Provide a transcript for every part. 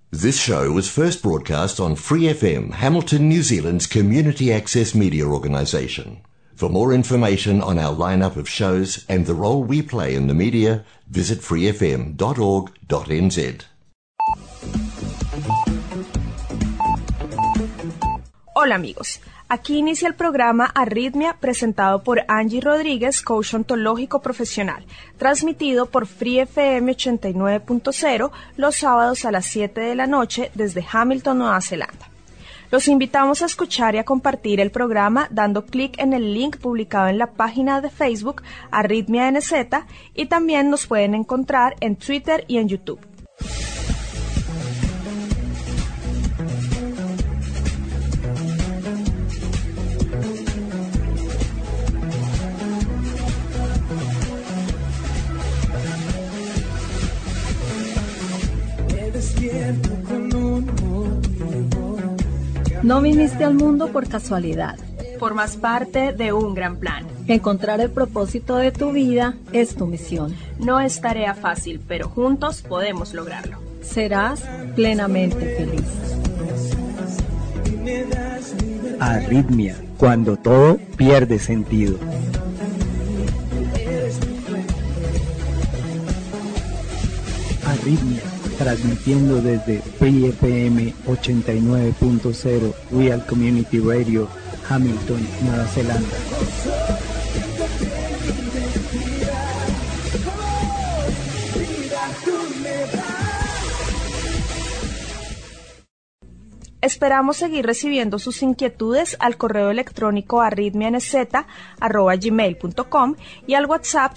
This show was first broadcast on Free FM, Hamilton, New Zealand's community access media organisation. For more information on our lineup of shows and the role we play in the media, visit freefm.org.nz. Hola amigos, aquí inicia el programa Arritmia presentado por Angie Rodríguez, coach ontológico profesional, transmitido por Free FM 89.0 los sábados a las 7 de la noche desde Hamilton, Nueva Zelanda. Los invitamos a escuchar y a compartir el programa dando clic en el link publicado en la página de Facebook Arritmia NZ y también nos pueden encontrar en Twitter y en YouTube. No viniste al mundo por casualidad. Formas parte de un gran plan. Encontrar el propósito de tu vida es tu misión. No es tarea fácil, pero juntos podemos lograrlo. Serás plenamente feliz. Arritmia, cuando todo pierde sentido. Arritmia, transmitiendo desde Free FM 89.0 Real Community Radio, Hamilton, Nueva Zelanda. Esperamos seguir recibiendo sus inquietudes al correo electrónico arritmianz@gmail.com y al WhatsApp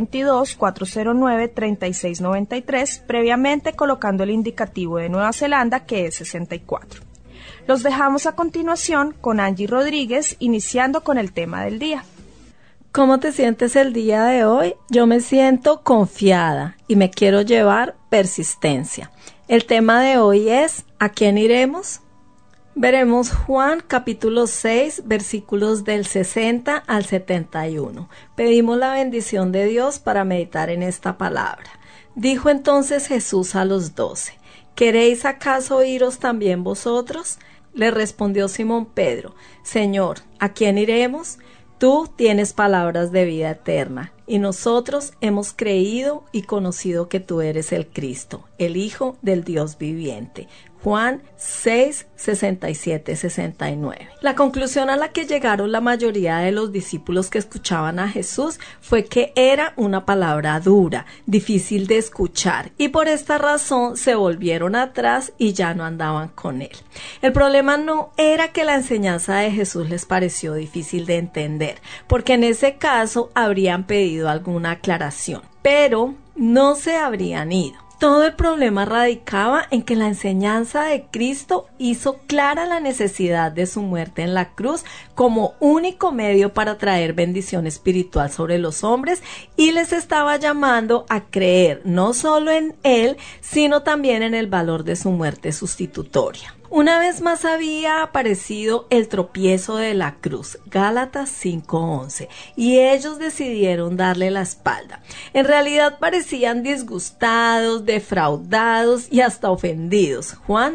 022-409-3693, previamente colocando el indicativo de Nueva Zelanda que es 64. Los dejamos a continuación con Angie Rodríguez, iniciando con el tema del día. ¿Cómo te sientes el día de hoy? Yo me siento confiada y me quiero llevar persistencia. El tema de hoy es ¿a quién iremos? Veremos Juan capítulo 6, versículos del 60 al 71. Pedimos la bendición de Dios para meditar en esta palabra. Dijo entonces Jesús a los 12, ¿queréis acaso iros también vosotros? Le respondió Simón Pedro, Señor, ¿a quién iremos? Tú tienes palabras de vida eterna, y nosotros hemos creído y conocido que tú eres el Cristo, el Hijo del Dios viviente. Juan 6, 67, 69. La conclusión a la que llegaron la mayoría de los discípulos que escuchaban a Jesús fue que era una palabra dura, difícil de escuchar, y por esta razón se volvieron atrás y ya no andaban con él. El problema no era que la enseñanza de Jesús les pareció difícil de entender, porque en ese caso habrían pedido alguna aclaración, pero no se habrían ido. Todo el problema radicaba en que la enseñanza de Cristo hizo clara la necesidad de su muerte en la cruz como único medio para traer bendición espiritual sobre los hombres y les estaba llamando a creer no solo en Él, sino también en el valor de su muerte sustitutoria. Una vez más había aparecido el tropiezo de la cruz, Gálatas 5:11, y ellos decidieron darle la espalda. En realidad parecían disgustados, defraudados y hasta ofendidos, Juan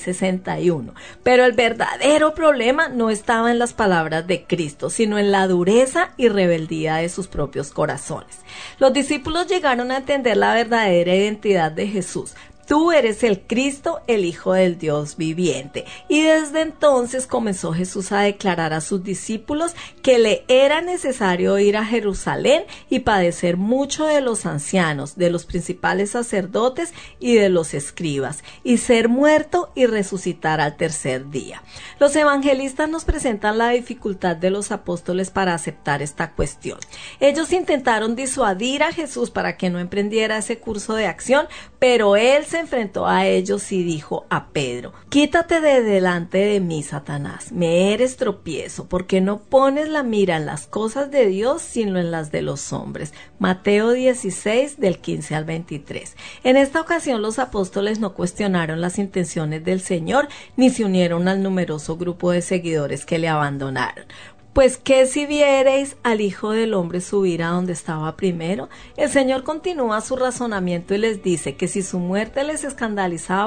6:61. Pero el verdadero problema no estaba en las palabras de Cristo, sino en la dureza y rebeldía de sus propios corazones. Los discípulos llegaron a entender la verdadera identidad de Jesús. Tú eres el Cristo, el Hijo del Dios viviente. Y desde entonces comenzó Jesús a declarar a sus discípulos que le era necesario ir a Jerusalén y padecer mucho de los ancianos, de los principales sacerdotes y de los escribas, y ser muerto y resucitar al tercer día. Los evangelistas nos presentan la dificultad de los apóstoles para aceptar esta cuestión. Ellos intentaron disuadir a Jesús para que no emprendiera ese curso de acción, pero él se enfrentó a ellos y dijo a Pedro, quítate de delante de mí, Satanás, me eres tropiezo, porque no pones la mira en las cosas de Dios, sino en las de los hombres. Mateo 16, del 15 al 23. En esta ocasión los apóstoles no cuestionaron las intenciones del Señor, ni se unieron al numeroso grupo de seguidores que le abandonaron. Pues que si viereis al Hijo del Hombre subir a donde estaba primero, el Señor continúa su razonamiento y les dice que si su muerte les escandalizaba,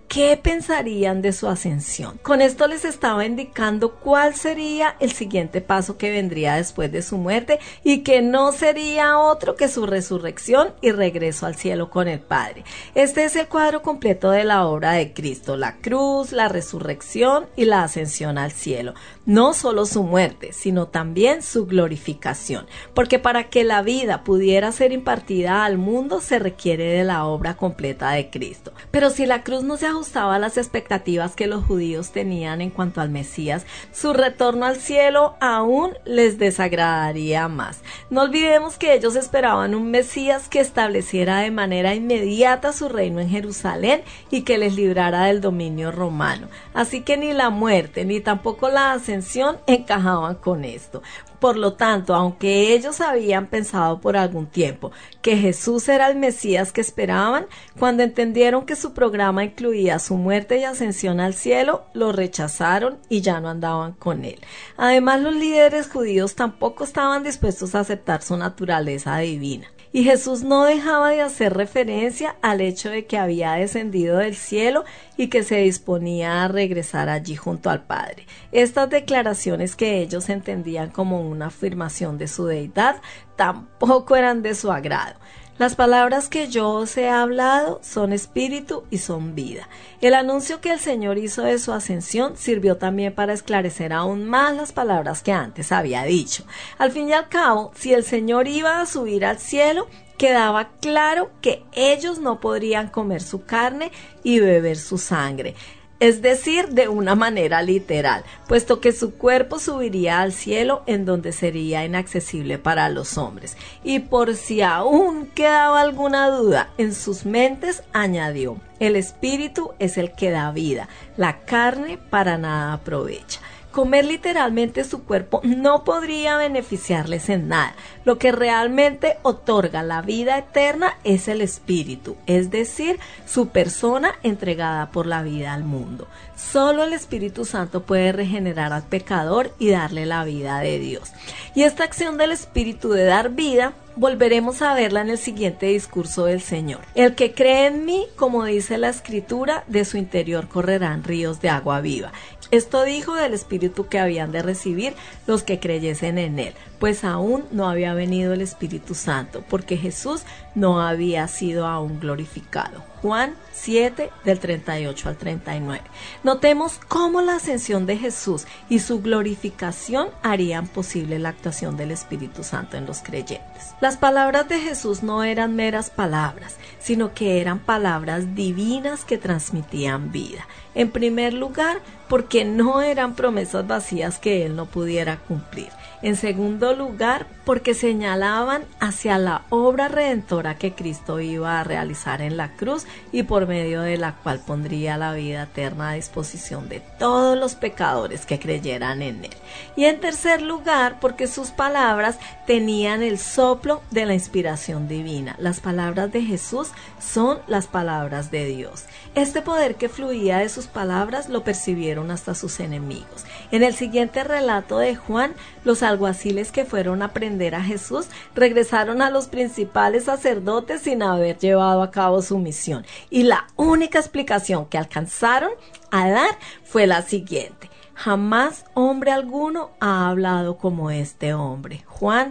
¿qué pensarían de su ascensión? Con esto les estaba indicando cuál sería el siguiente paso que vendría después de su muerte y que no sería otro que su resurrección y regreso al cielo con el Padre. Este es el cuadro completo de la obra de Cristo: la cruz, la resurrección y la ascensión al cielo. No solo su muerte, sino también su glorificación, porque para que la vida pudiera ser impartida al mundo se requiere de la obra completa de Cristo. Pero si la cruz no se ajustaba a las expectativas que los judíos tenían en cuanto al Mesías, su retorno al cielo aún les desagradaría más. No olvidemos que ellos esperaban un Mesías que estableciera de manera inmediata su reino en Jerusalén y que les librara del dominio romano. Así que ni la muerte ni tampoco la ascensión encajaban con esto. Por lo tanto, aunque ellos habían pensado por algún tiempo que Jesús era el Mesías que esperaban, cuando entendieron que su programa incluía su muerte y ascensión al cielo, lo rechazaron y ya no andaban con él. Además, los líderes judíos tampoco estaban dispuestos a aceptar su naturaleza divina. Y Jesús no dejaba de hacer referencia al hecho de que había descendido del cielo y que se disponía a regresar allí junto al Padre. Estas declaraciones, que ellos entendían como una afirmación de su deidad, tampoco eran de su agrado. Las palabras que yo os he hablado son espíritu y son vida. El anuncio que el Señor hizo de su ascensión sirvió también para esclarecer aún más las palabras que antes había dicho. Al fin y al cabo, si el Señor iba a subir al cielo, quedaba claro que ellos no podrían comer su carne y beber su sangre. Es decir, de una manera literal, puesto que su cuerpo subiría al cielo, en donde sería inaccesible para los hombres. Y por si aún quedaba alguna duda en sus mentes, añadió: el espíritu es el que da vida, la carne para nada aprovecha. Comer literalmente su cuerpo no podría beneficiarles en nada. Lo que realmente otorga la vida eterna es el espíritu, es decir, su persona entregada por la vida al mundo. Solo el Espíritu Santo puede regenerar al pecador y darle la vida de Dios. Y esta acción del Espíritu de dar vida, volveremos a verla en el siguiente discurso del Señor. El que cree en mí, como dice la Escritura, de su interior correrán ríos de agua viva. Esto dijo del Espíritu que habían de recibir los que creyesen en él, pues aún no había venido el Espíritu Santo, porque Jesús no había sido aún glorificado. Juan 7, del 38 al 39. Notemos cómo la ascensión de Jesús y su glorificación harían posible la actuación del Espíritu Santo en los creyentes. Las palabras de Jesús no eran meras palabras, sino que eran palabras divinas que transmitían vida. En primer lugar, porque no eran promesas vacías que él no pudiera cumplir. En segundo lugar, porque señalaban hacia la obra redentora que Cristo iba a realizar en la cruz y por medio de la cual pondría la vida eterna a disposición de todos los pecadores que creyeran en él. Y en tercer lugar, porque sus palabras tenían el soplo de la inspiración divina. Las palabras de Jesús son las palabras de Dios. Este poder que fluía de sus palabras lo percibieron hasta sus enemigos. En el siguiente relato de Juan, los alguaciles que fueron a prender a Jesús regresaron a los principales sacerdotes sin haber llevado a cabo su misión. Y la única explicación que alcanzaron a dar fue la siguiente: jamás hombre alguno ha hablado como este hombre. Juan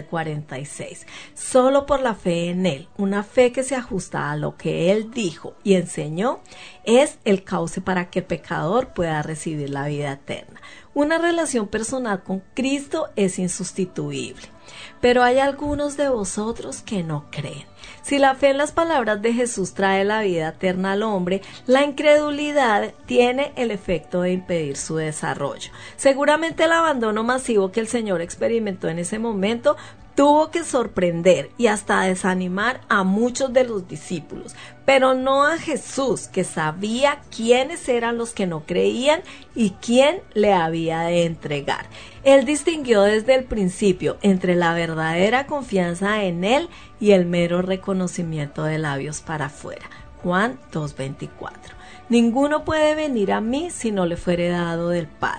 7:46. Solo por la fe en él, una fe que se ajusta a lo que él dijo y enseñó, es el cauce para que el pecador pueda recibir la vida eterna. Una relación personal con Cristo es insustituible. Pero hay algunos de vosotros que no creen. Si la fe en las palabras de Jesús trae la vida eterna al hombre, la incredulidad tiene el efecto de impedir su desarrollo. Seguramente el abandono masivo que el Señor experimentó en ese momento tuvo que sorprender y hasta desanimar a muchos de los discípulos, pero no a Jesús, que sabía quiénes eran los que no creían y quién le había de entregar. Él distinguió desde el principio entre la verdadera confianza en él y el mero reconocimiento de labios para afuera. Juan 2:24. Ninguno puede venir a mí si no le fuere dado del Padre.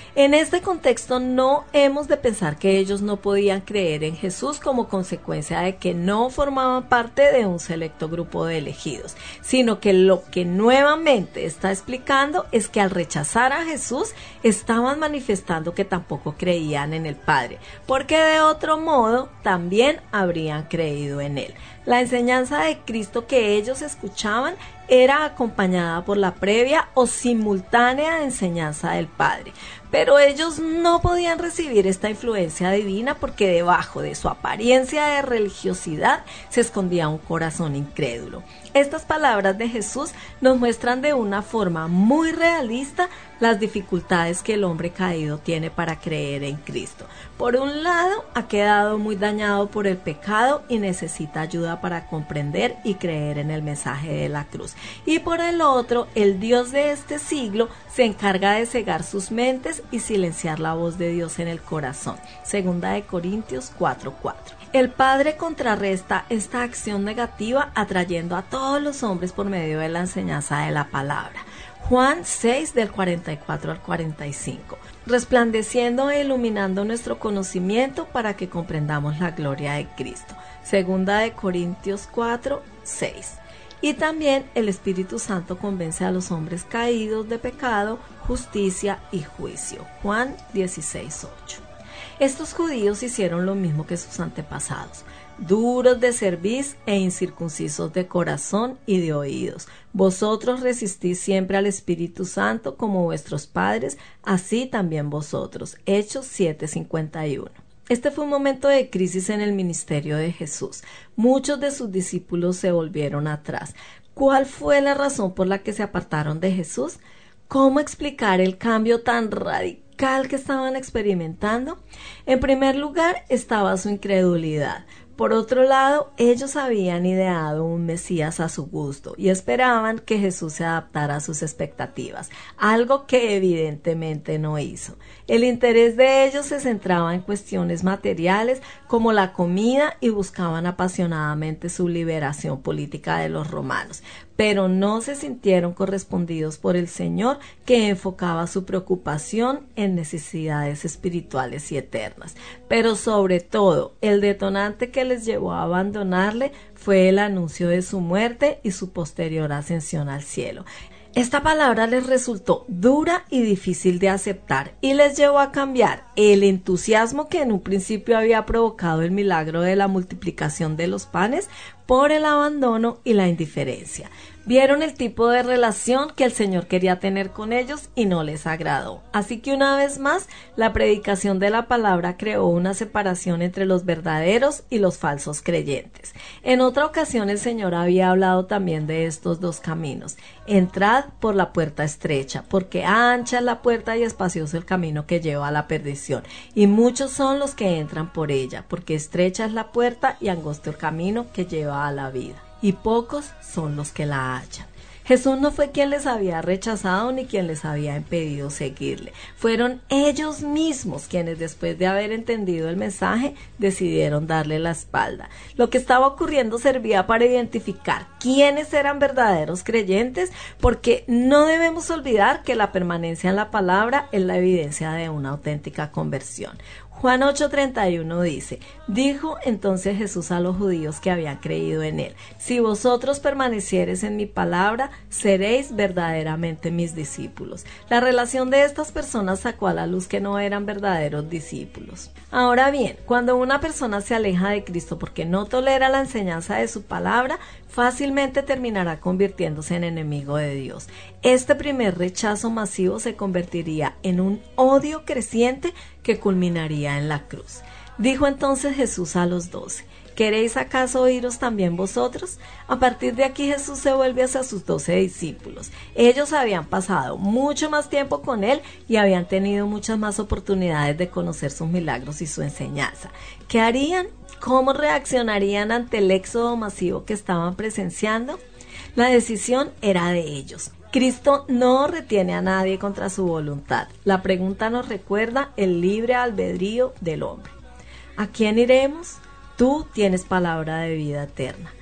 En este contexto no hemos de pensar que ellos no podían creer en Jesús como consecuencia de que no formaban parte de un selecto grupo de elegidos, sino que lo que nuevamente está explicando es que al rechazar a Jesús estaban manifestando que tampoco creían en el Padre, porque de otro modo también habrían creído en Él. La enseñanza de Cristo que ellos escuchaban era acompañada por la previa o simultánea enseñanza del Padre. Pero ellos no podían recibir esta influencia divina porque debajo de su apariencia de religiosidad se escondía un corazón incrédulo. Estas palabras de Jesús nos muestran de una forma muy realista las dificultades que el hombre caído tiene para creer en Cristo. Por un lado, ha quedado muy dañado por el pecado y necesita ayuda para comprender y creer en el mensaje de la cruz. Y por el otro, el Dios de este siglo se encarga de cegar sus mentes y silenciar la voz de Dios en el corazón. Segunda de Corintios 4:4. El Padre contrarresta esta acción negativa atrayendo a todos los hombres por medio de la enseñanza de la palabra. Juan 6 del 44 al 45. Resplandeciendo e iluminando nuestro conocimiento para que comprendamos la gloria de Cristo. Segunda de Corintios 4:6. Y también el Espíritu Santo convence a los hombres caídos de pecado, justicia y juicio. Juan 16:8. Estos judíos hicieron lo mismo que sus antepasados, duros de cerviz e incircuncisos de corazón y de oídos. Vosotros resistís siempre al Espíritu Santo como vuestros padres, así también vosotros. Hechos 7:51. Este fue un momento de crisis en el ministerio de Jesús. Muchos de sus discípulos se volvieron atrás. ¿Cuál fue la razón por la que se apartaron de Jesús? ¿Cómo explicar el cambio tan radical que estaban experimentando? En primer lugar, estaba su incredulidad. Por otro lado, ellos habían ideado un Mesías a su gusto y esperaban que Jesús se adaptara a sus expectativas, algo que evidentemente no hizo. El interés de ellos se centraba en cuestiones materiales como la comida y buscaban apasionadamente su liberación política de los romanos, pero no se sintieron correspondidos por el Señor, que enfocaba su preocupación en necesidades espirituales y eternas. Pero sobre todo, el detonante que les llevó a abandonarle fue el anuncio de su muerte y su posterior ascensión al cielo. Esta palabra les resultó dura y difícil de aceptar y les llevó a cambiar el entusiasmo que en un principio había provocado el milagro de la multiplicación de los panes por el abandono y la indiferencia. Vieron el tipo de relación que el Señor quería tener con ellos y no les agradó. Así que una vez más, la predicación de la palabra creó una separación entre los verdaderos y los falsos creyentes. En otra ocasión el Señor había hablado también de estos dos caminos. Entrad por la puerta estrecha, porque ancha es la puerta y espacioso el camino que lleva a la perdición. Y muchos son los que entran por ella, porque estrecha es la puerta y angosto el camino que lleva a la vida. Y pocos son los que la hallan. Jesús no fue quien les había rechazado ni quien les había impedido seguirle. Fueron ellos mismos quienes, después de haber entendido el mensaje, decidieron darle la espalda. Lo que estaba ocurriendo servía para identificar quiénes eran verdaderos creyentes, porque no debemos olvidar que la permanencia en la palabra es la evidencia de una auténtica conversión. Juan 8:31 dice: dijo entonces Jesús a los judíos que habían creído en él: si vosotros permaneciereis en mi palabra, seréis verdaderamente mis discípulos. La relación de estas personas sacó a la luz que no eran verdaderos discípulos. Ahora bien, cuando una persona se aleja de Cristo porque no tolera la enseñanza de su palabra, fácilmente terminará convirtiéndose en enemigo de Dios. Este primer rechazo masivo se convertiría en un odio creciente que culminaría en la cruz. Dijo entonces Jesús a los 12: ¿queréis acaso oíros también vosotros? A partir de aquí Jesús se vuelve hacia sus 12 discípulos. Ellos habían pasado mucho más tiempo con él y habían tenido muchas más oportunidades de conocer sus milagros y su enseñanza. ¿Qué harían? ¿Cómo reaccionarían ante el éxodo masivo que estaban presenciando? La decisión era de ellos. Cristo no retiene a nadie contra su voluntad. La pregunta nos recuerda el libre albedrío del hombre. ¿A quién iremos? Tú tienes palabra de vida eterna.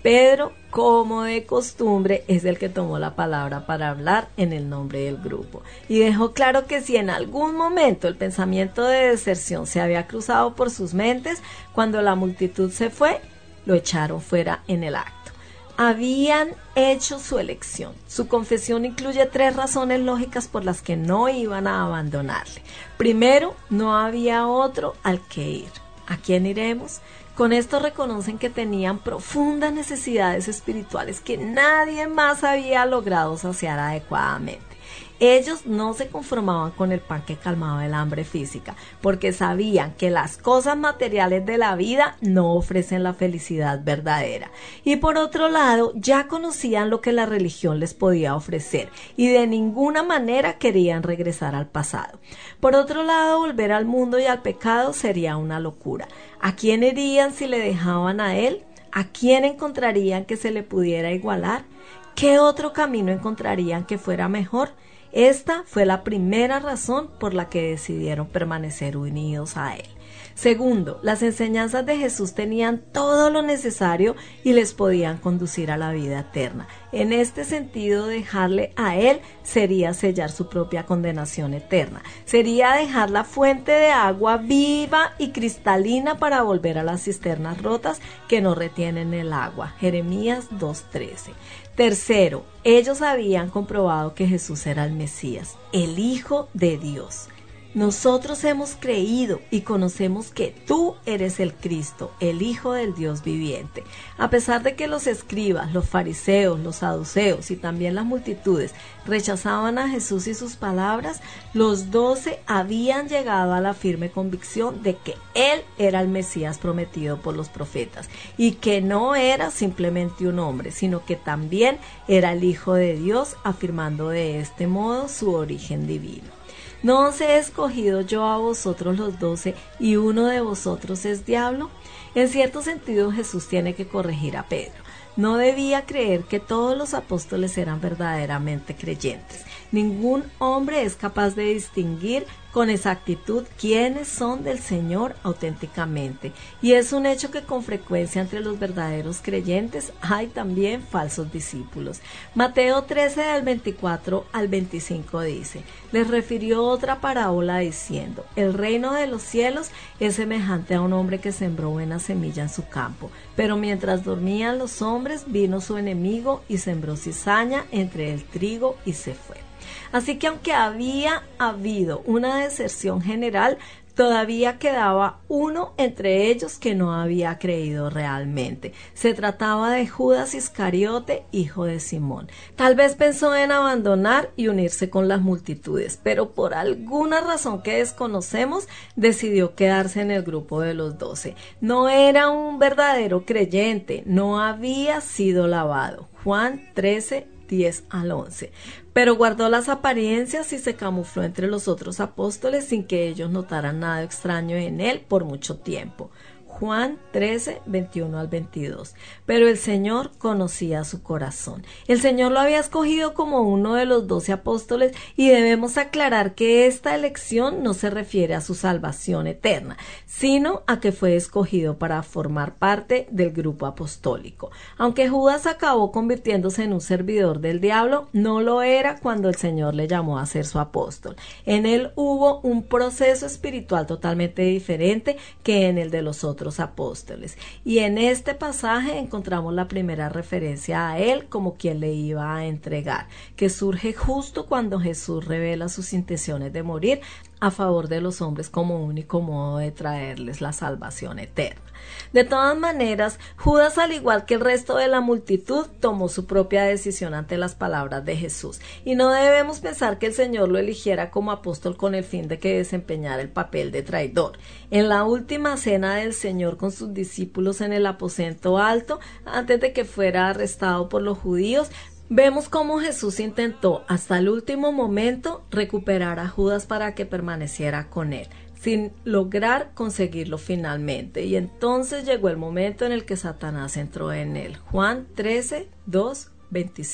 Pedro, como de costumbre, es el que tomó la palabra para hablar en el nombre del grupo y dejó claro que si en algún momento el pensamiento de deserción se había cruzado por sus mentes, cuando la multitud se fue, lo echaron fuera en el acto. Habían hecho su elección. Su confesión incluye 3 razones lógicas por las que no iban a abandonarle. Primero, no había otro al que ir. ¿A quién iremos? Con esto reconocen que tenían profundas necesidades espirituales que nadie más había logrado saciar adecuadamente. Ellos no se conformaban con el pan que calmaba el hambre física, porque sabían que las cosas materiales de la vida no ofrecen la felicidad verdadera. Y por otro lado, ya conocían lo que la religión les podía ofrecer y de ninguna manera querían regresar al pasado. Por otro lado, volver al mundo y al pecado sería una locura. ¿A quién irían si le dejaban a él? ¿A quién encontrarían que se le pudiera igualar? ¿Qué otro camino encontrarían que fuera mejor? Esta fue la primera razón por la que decidieron permanecer unidos a él. Segundo, las enseñanzas de Jesús tenían todo lo necesario y les podían conducir a la vida eterna. En este sentido, dejarle a él sería sellar su propia condenación eterna. Sería dejar la fuente de agua viva y cristalina para volver a las cisternas rotas que no retienen el agua. Jeremías 2:13. Tercero, ellos habían comprobado que Jesús era el Mesías, el Hijo de Dios. Nosotros hemos creído y conocemos que tú eres el Cristo, el Hijo del Dios viviente. A pesar de que los escribas, los fariseos, los saduceos y también las multitudes rechazaban a Jesús y sus palabras, los 12 habían llegado a la firme convicción de que Él era el Mesías prometido por los profetas y que no era simplemente un hombre, sino que también era el Hijo de Dios, afirmando de este modo su origen divino. ¿No os he escogido yo a vosotros los 12 y uno de vosotros es diablo? En cierto sentido, Jesús tiene que corregir a Pedro. No debía creer que todos los apóstoles eran verdaderamente creyentes. Ningún hombre es capaz de distinguir con exactitud quiénes son del Señor auténticamente. Y es un hecho que con frecuencia entre los verdaderos creyentes hay también falsos discípulos. Mateo 13 del 24 al 25 dice: les refirió otra parábola diciendo: el reino de los cielos es semejante a un hombre que sembró buena semilla en su campo. Pero mientras dormían los hombres, vino su enemigo y sembró cizaña entre el trigo y se fue. Así que aunque había habido una deserción general, todavía quedaba uno entre ellos que no había creído realmente. Se trataba de Judas Iscariote, hijo de Simón. Tal vez pensó en abandonar y unirse con las multitudes, pero por alguna razón que desconocemos, decidió quedarse en el grupo de los 12. No era un verdadero creyente, no había sido lavado. Juan 13, 10 al 11. Pero guardó las apariencias y se camufló entre los otros apóstoles sin que ellos notaran nada extraño en él por mucho tiempo. Juan 13, 21 al 22. Pero el Señor conocía su corazón. El Señor lo había escogido como uno de los 12 apóstoles y debemos aclarar que esta elección no se refiere a su salvación eterna, sino a que fue escogido para formar parte del grupo apostólico. Aunque Judas acabó convirtiéndose en un servidor del diablo, no lo era cuando el Señor le llamó a ser su apóstol. En él hubo un proceso espiritual totalmente diferente que en el de los otros apóstoles, y en este pasaje encontramos la primera referencia a él como quien le iba a entregar, que surge justo cuando Jesús revela sus intenciones de morir a favor de los hombres como único modo de traerles la salvación eterna. De todas maneras, Judas, al igual que el resto de la multitud, tomó su propia decisión ante las palabras de Jesús, y no debemos pensar que el Señor lo eligiera como apóstol con el fin de que desempeñara el papel de traidor. En la última cena del Señor con sus discípulos en el aposento alto, antes de que fuera arrestado por los judíos, vemos cómo Jesús intentó hasta el último momento recuperar a Judas para que permaneciera con él, sin lograr conseguirlo finalmente. Y entonces llegó el momento en el que Satanás entró en él. Juan 13, 2, 27.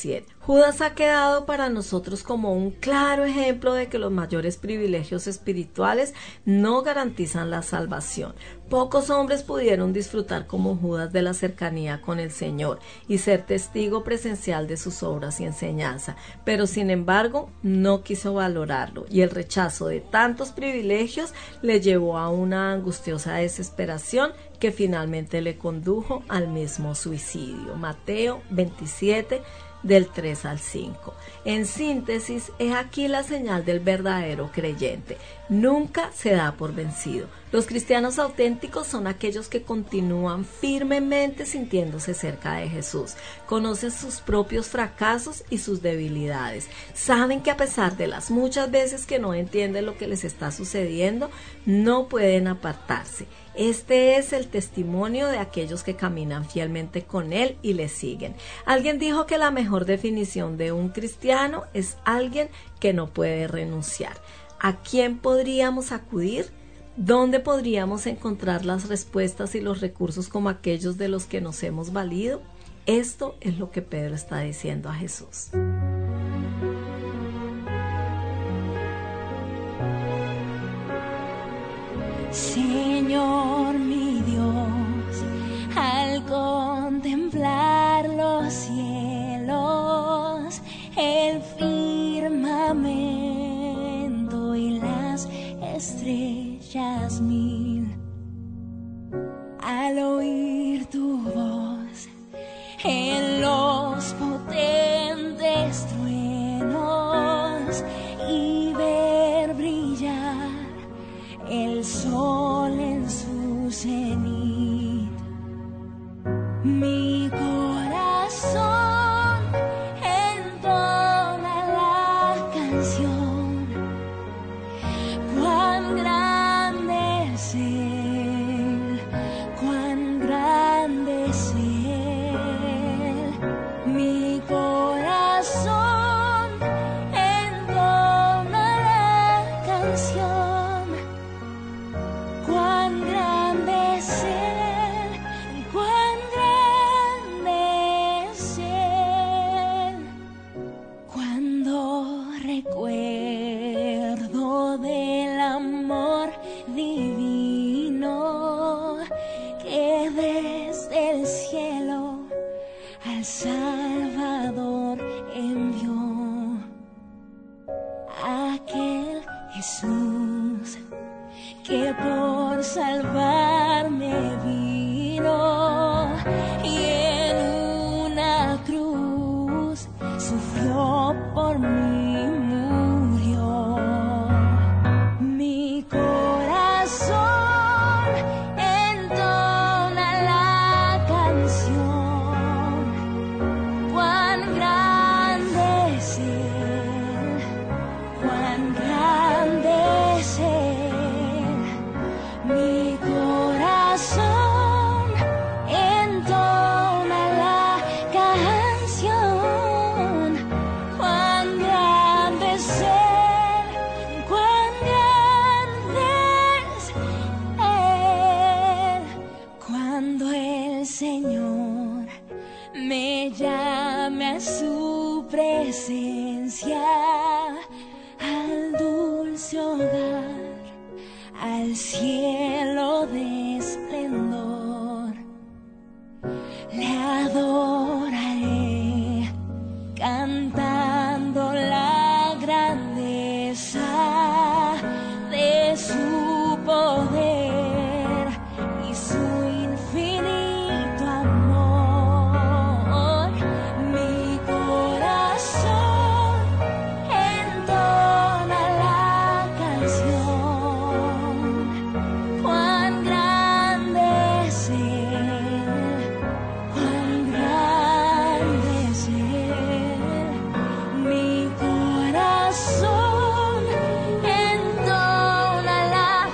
Judas ha quedado para nosotros como un claro ejemplo de que los mayores privilegios espirituales no garantizan la salvación. Pocos hombres pudieron disfrutar como Judas de la cercanía con el Señor y ser testigo presencial de sus obras y enseñanza, pero sin embargo no quiso valorarlo, y el rechazo de tantos privilegios le llevó a una angustiosa desesperación que finalmente le condujo al mismo suicidio. Mateo 27, del 3 al 5. En síntesis, es aquí la señal del verdadero creyente. Nunca se da por vencido. Los cristianos auténticos son aquellos que continúan firmemente sintiéndose cerca de Jesús. Conocen sus propios fracasos y sus debilidades. Saben que a pesar de las muchas veces que no entienden lo que les está sucediendo, no pueden apartarse. Este es el testimonio de aquellos que caminan fielmente con Él y le siguen. Alguien dijo que la mejor definición de un cristiano es alguien que no puede renunciar. ¿A quién podríamos acudir? ¿Dónde podríamos encontrar las respuestas y los recursos como aquellos de los que nos hemos valido? Esto es lo que Pedro está diciendo a Jesús. Señor mi Dios, al contemplar los cielos, el firmamento y las estrellas mil, al oír tu voz en los potentes truenos y ver brillar el sol en su cenit, mi corazón entona la canción. Cuán grande es Él, cuán grande es Él, mi corazón entona la canción. Cuán grande es Él, cuán grande es Él. Cuando recuerdo del amor divino que desde el cielo al Salvador envió, aquel Jesús que por salvarme vino y en una cruz sufrió por mí, murió. Mi corazón entona la canción. Cuán grande es Él, cuán grande es Él. Mi corazón entona la canción. Cuán grande es Él, cuán grande es Él. Cuando el Señor me llame a su presencia, al dulce hogar, al cielo de esplendor, le adoraré cantando la grandeza de su poder y su infinito amor. Mi corazón entona la canción. Cuán grande es Él, cuán grande es Él. Mi corazón entona la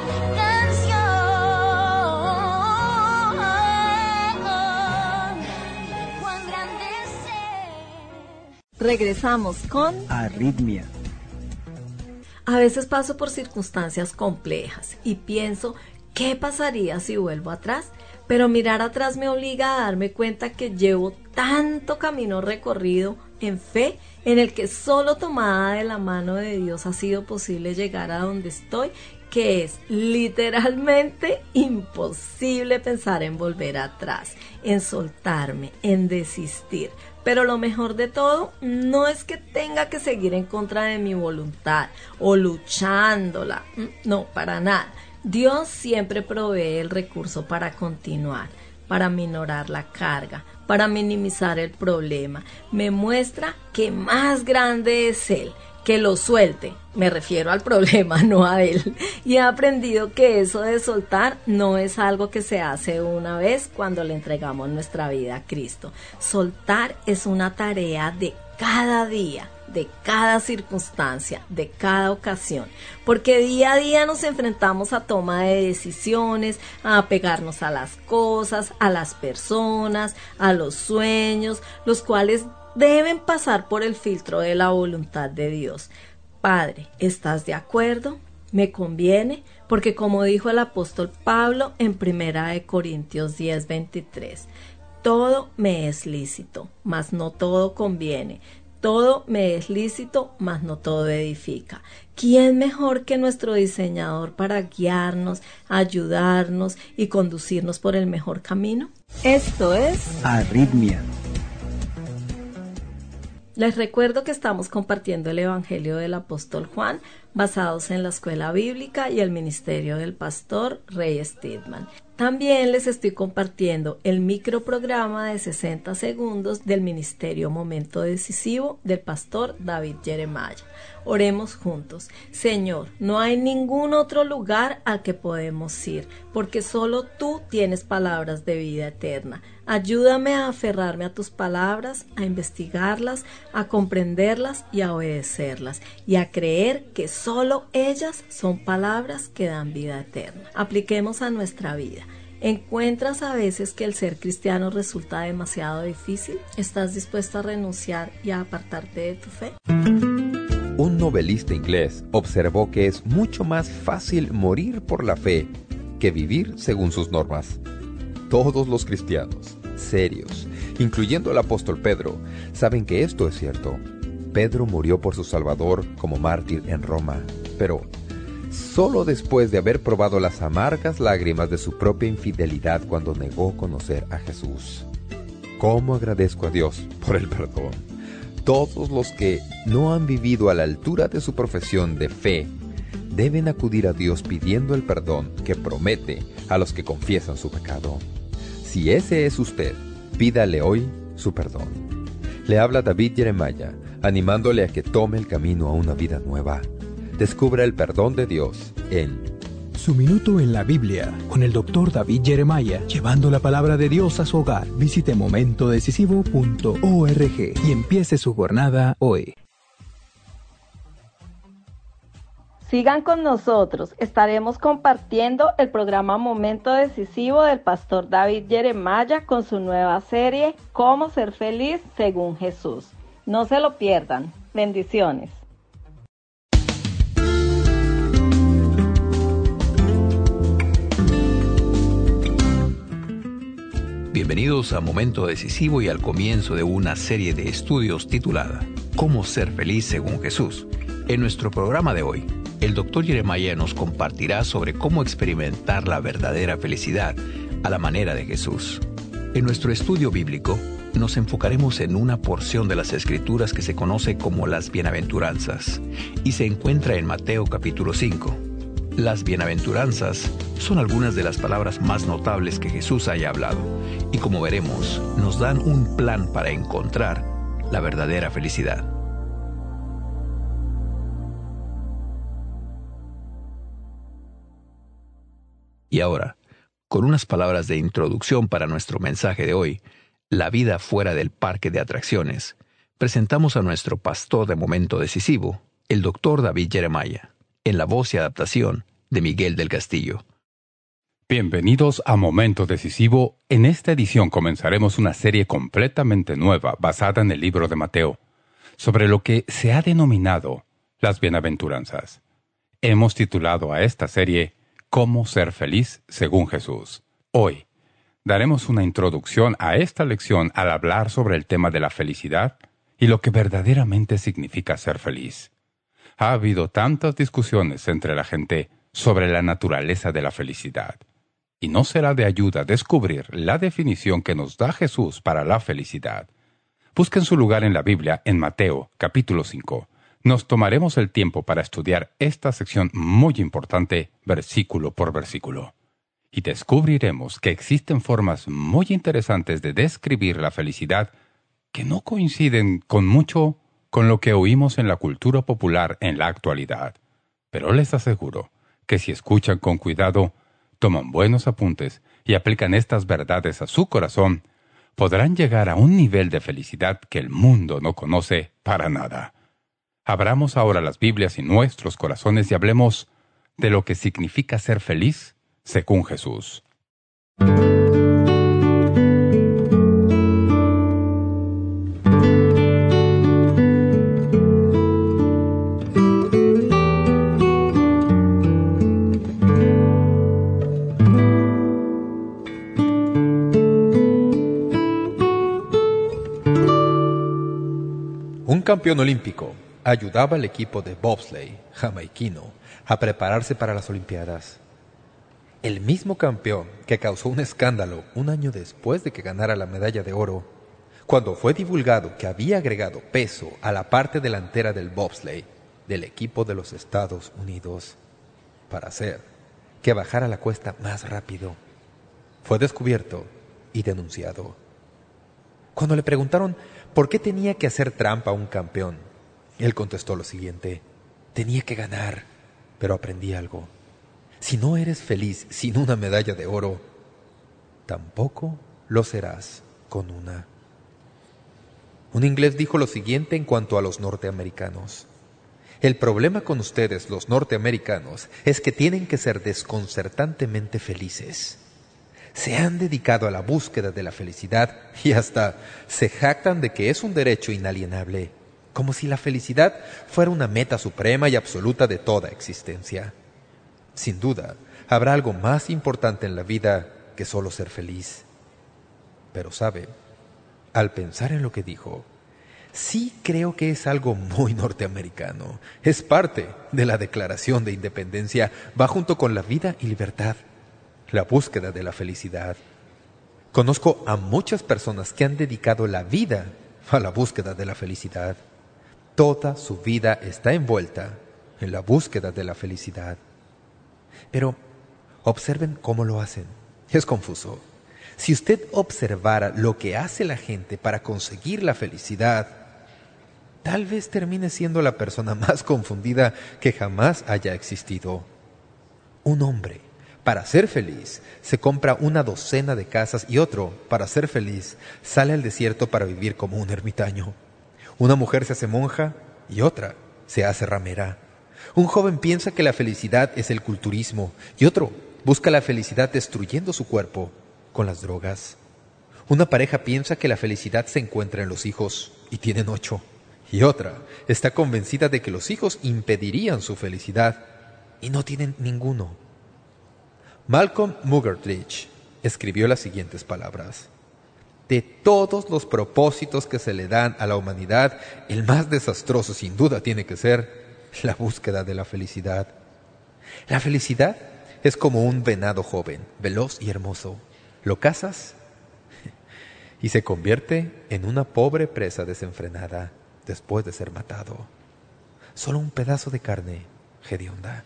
canción. Cuán grande es Él. Regresamos con... Arritmia. A veces paso por circunstancias complejas y pienso, ¿qué pasaría si vuelvo atrás? Pero mirar atrás me obliga a darme cuenta que llevo tanto camino recorrido en fe, en el que solo tomada de la mano de Dios ha sido posible llegar a donde estoy, que es literalmente imposible pensar en volver atrás, en soltarme, en desistir. Pero lo mejor de todo no es que tenga que seguir en contra de mi voluntad o luchándola, no, para nada. Dios siempre provee el recurso para continuar, para minorar la carga, para minimizar el problema. Me muestra que más grande es Él, que lo suelte. Me refiero al problema, no a Él. Y he aprendido que eso de soltar no es algo que se hace una vez cuando le entregamos nuestra vida a Cristo. Soltar es una tarea de cada día, de cada circunstancia, de cada ocasión, porque día a día nos enfrentamos a toma de decisiones, a apegarnos a las cosas, a las personas, a los sueños, los cuales deben pasar por el filtro de la voluntad de Dios. Padre, ¿estás de acuerdo? ¿Me conviene? Porque como dijo el apóstol Pablo en 1 Corintios 10:23, todo me es lícito, mas no todo conviene. Todo me es lícito, mas no todo edifica. ¿Quién mejor que nuestro diseñador para guiarnos, ayudarnos y conducirnos por el mejor camino? Esto es Arritmia. Les recuerdo que estamos compartiendo el Evangelio del Apóstol Juan, basados en la Escuela Bíblica y el Ministerio del Pastor Ray Stedman. También les estoy compartiendo el microprograma de 60 segundos del Ministerio Momento Decisivo del Pastor David Jeremiah. Oremos juntos. Señor, no hay ningún otro lugar al que podemos ir, porque solo tú tienes palabras de vida eterna. Ayúdame a aferrarme a tus palabras, a investigarlas, a comprenderlas y a obedecerlas, y a creer que solo ellas son palabras que dan vida eterna. Apliquemos a nuestra vida. ¿Encuentras a veces que el ser cristiano resulta demasiado difícil? ¿Estás dispuesto a renunciar y a apartarte de tu fe? Un novelista inglés observó que es mucho más fácil morir por la fe que vivir según sus normas. Todos los cristianos serios, incluyendo el apóstol Pedro, saben que esto es cierto. Pedro murió por su Salvador como mártir en Roma, pero solo después de haber probado las amargas lágrimas de su propia infidelidad cuando negó conocer a Jesús. ¿Cómo agradezco a Dios por el perdón? Todos los que no han vivido a la altura de su profesión de fe deben acudir a Dios pidiendo el perdón que promete a los que confiesan su pecado. Si ese es usted, pídale hoy su perdón. Le habla David Jeremiah, animándole a que tome el camino a una vida nueva. Descubra el perdón de Dios en Su Minuto en la Biblia, con el Dr. David Jeremiah, llevando la palabra de Dios a su hogar. Visite momentodecisivo.org y empiece su jornada hoy. Sigan con nosotros, estaremos compartiendo el programa Momento Decisivo del Pastor David Jeremiah con su nueva serie Cómo ser feliz según Jesús. No se lo pierdan. Bendiciones. Bienvenidos a Momento Decisivo y al comienzo de una serie de estudios titulada Cómo ser feliz según Jesús. En nuestro programa de hoy, el Dr. Jeremiah nos compartirá sobre cómo experimentar la verdadera felicidad a la manera de Jesús. En nuestro estudio bíblico, nos enfocaremos en una porción de las Escrituras que se conoce como las Bienaventuranzas y se encuentra en Mateo capítulo 5. Las Bienaventuranzas son algunas de las palabras más notables que Jesús haya hablado y, como veremos, nos dan un plan para encontrar la verdadera felicidad. Y ahora, con unas palabras de introducción para nuestro mensaje de hoy, la vida fuera del parque de atracciones, presentamos a nuestro pastor de Momento Decisivo, el Dr. David Jeremiah, en la voz y adaptación de Miguel del Castillo. Bienvenidos a Momento Decisivo. En esta edición comenzaremos una serie completamente nueva basada en el libro de Mateo, sobre lo que se ha denominado las Bienaventuranzas. Hemos titulado a esta serie Cómo ser feliz según Jesús. Hoy daremos una introducción a esta lección al hablar sobre el tema de la felicidad y lo que verdaderamente significa ser feliz. Ha habido tantas discusiones entre la gente sobre la naturaleza de la felicidad, y no será de ayuda descubrir la definición que nos da Jesús para la felicidad. Busquen su lugar en la Biblia en Mateo, capítulo 5. Nos tomaremos el tiempo para estudiar esta sección muy importante, versículo por versículo. Y descubriremos que existen formas muy interesantes de describir la felicidad que no coinciden con mucho con lo que oímos en la cultura popular en la actualidad. Pero les aseguro que si escuchan con cuidado, toman buenos apuntes y aplican estas verdades a su corazón, podrán llegar a un nivel de felicidad que el mundo no conoce para nada. Abramos ahora las Biblias y nuestros corazones y hablemos de lo que significa ser feliz según Jesús. Un campeón olímpico ayudaba al equipo de bobsleigh jamaiquino a prepararse para las Olimpiadas. El mismo campeón que causó un escándalo un año después de que ganara la medalla de oro, cuando fue divulgado que había agregado peso a la parte delantera del bobsleigh del equipo de los Estados Unidos para hacer que bajara la cuesta más rápido. Fue descubierto y denunciado. Cuando le preguntaron por qué tenía que hacer trampa a un campeón, él contestó lo siguiente: tenía que ganar, pero aprendí algo. Si no eres feliz sin una medalla de oro, tampoco lo serás con una. Un inglés dijo lo siguiente en cuanto a los norteamericanos: el problema con ustedes, los norteamericanos, es que tienen que ser desconcertantemente felices. Se han dedicado a la búsqueda de la felicidad y hasta se jactan de que es un derecho inalienable, como si la felicidad fuera una meta suprema y absoluta de toda existencia. Sin duda, habrá algo más importante en la vida que solo ser feliz. Pero sabe, al pensar en lo que dijo, sí creo que es algo muy norteamericano. Es parte de la Declaración de Independencia, va junto con la vida y libertad, la búsqueda de la felicidad. Conozco a muchas personas que han dedicado la vida a la búsqueda de la felicidad. Toda su vida está envuelta en la búsqueda de la felicidad. Pero observen cómo lo hacen. Es confuso. Si usted observara lo que hace la gente para conseguir la felicidad, tal vez termine siendo la persona más confundida que jamás haya existido. Un hombre, para ser feliz, se compra una docena de casas y otro, para ser feliz, sale al desierto para vivir como un ermitaño. Una mujer se hace monja y otra se hace ramera. Un joven piensa que la felicidad es el culturismo y otro busca la felicidad destruyendo su cuerpo con las drogas. Una pareja piensa que la felicidad se encuentra en los hijos y tienen 8. Y otra está convencida de que los hijos impedirían su felicidad y no tienen ninguno. Malcolm Muggeridge escribió las siguientes palabras: de todos los propósitos que se le dan a la humanidad, el más desastroso sin duda tiene que ser la búsqueda de la felicidad. La felicidad es como un venado joven, veloz y hermoso. Lo cazas y se convierte en una pobre presa desenfrenada después de ser matado. Solo un pedazo de carne hedionda.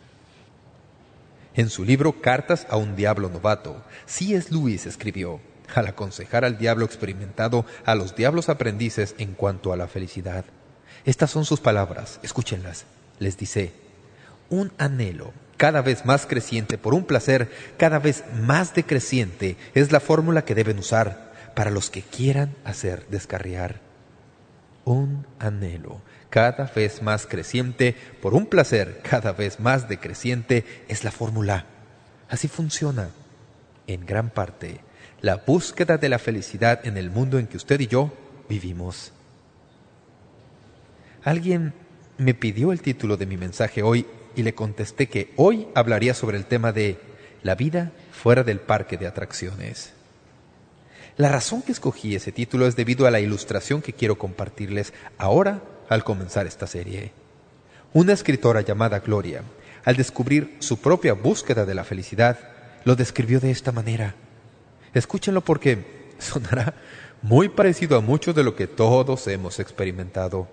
En su libro Cartas a un diablo novato, C.S. Lewis escribió, al aconsejar al diablo experimentado a los diablos aprendices en cuanto a la felicidad. Estas son sus palabras, escúchenlas. Les dice: un anhelo cada vez más creciente por un placer cada vez más decreciente es la fórmula que deben usar para los que quieran hacer descarriar. Un anhelo cada vez más creciente por un placer cada vez más decreciente es la fórmula. Así funciona, en gran parte, la búsqueda de la felicidad en el mundo en que usted y yo vivimos. Alguien me pidió el título de mi mensaje hoy y le contesté que hoy hablaría sobre el tema de la vida fuera del parque de atracciones. La razón que escogí ese título es debido a la ilustración que quiero compartirles ahora al comenzar esta serie. Una escritora llamada Gloria, al descubrir su propia búsqueda de la felicidad, lo describió de esta manera. Escúchenlo porque sonará muy parecido a mucho de lo que todos hemos experimentado.